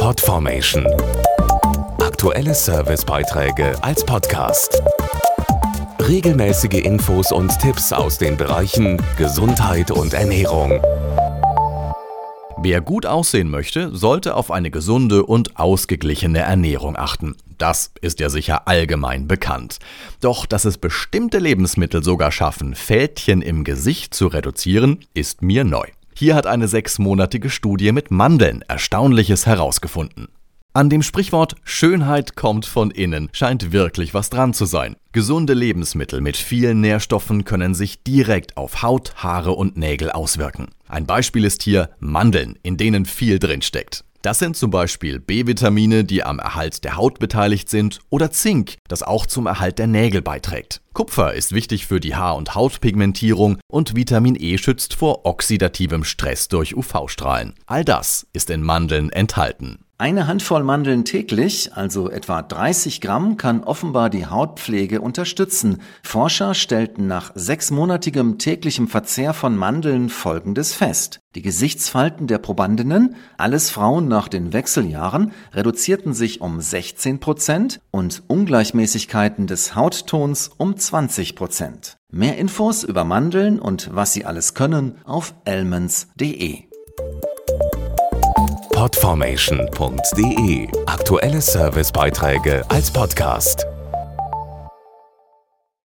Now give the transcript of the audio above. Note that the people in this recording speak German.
Podformation. Aktuelle Servicebeiträge als Podcast. Regelmäßige Infos und Tipps aus den Bereichen Gesundheit und Ernährung. Wer gut aussehen möchte, sollte auf eine gesunde und ausgeglichene Ernährung achten. Das ist ja sicher allgemein bekannt. Doch dass es bestimmte Lebensmittel sogar schaffen, Fältchen im Gesicht zu reduzieren, ist mir neu. Hier hat eine 6-monatige Studie mit Mandeln Erstaunliches herausgefunden. An dem Sprichwort Schönheit kommt von innen scheint wirklich was dran zu sein. Gesunde Lebensmittel mit vielen Nährstoffen können sich direkt auf Haut, Haare und Nägel auswirken. Ein Beispiel ist hier Mandeln, in denen viel drinsteckt. Das sind zum Beispiel B-Vitamine, die am Erhalt der Haut beteiligt sind, oder Zink, das auch zum Erhalt der Nägel beiträgt. Kupfer ist wichtig für die Haar- und Hautpigmentierung und Vitamin E schützt vor oxidativem Stress durch UV-Strahlen. All das ist in Mandeln enthalten. Eine Handvoll Mandeln täglich, also etwa 30 Gramm, kann offenbar die Hautpflege unterstützen. Forscher stellten nach 6-monatigem täglichem Verzehr von Mandeln Folgendes fest. Die Gesichtsfalten der Probandinnen, alles Frauen nach den Wechseljahren, reduzierten sich um 16% und Ungleichmäßigkeiten des Hauttons um 20%. Mehr Infos über Mandeln und was sie alles können auf elmens.de. Podformation.de. Aktuelle Servicebeiträge als Podcast.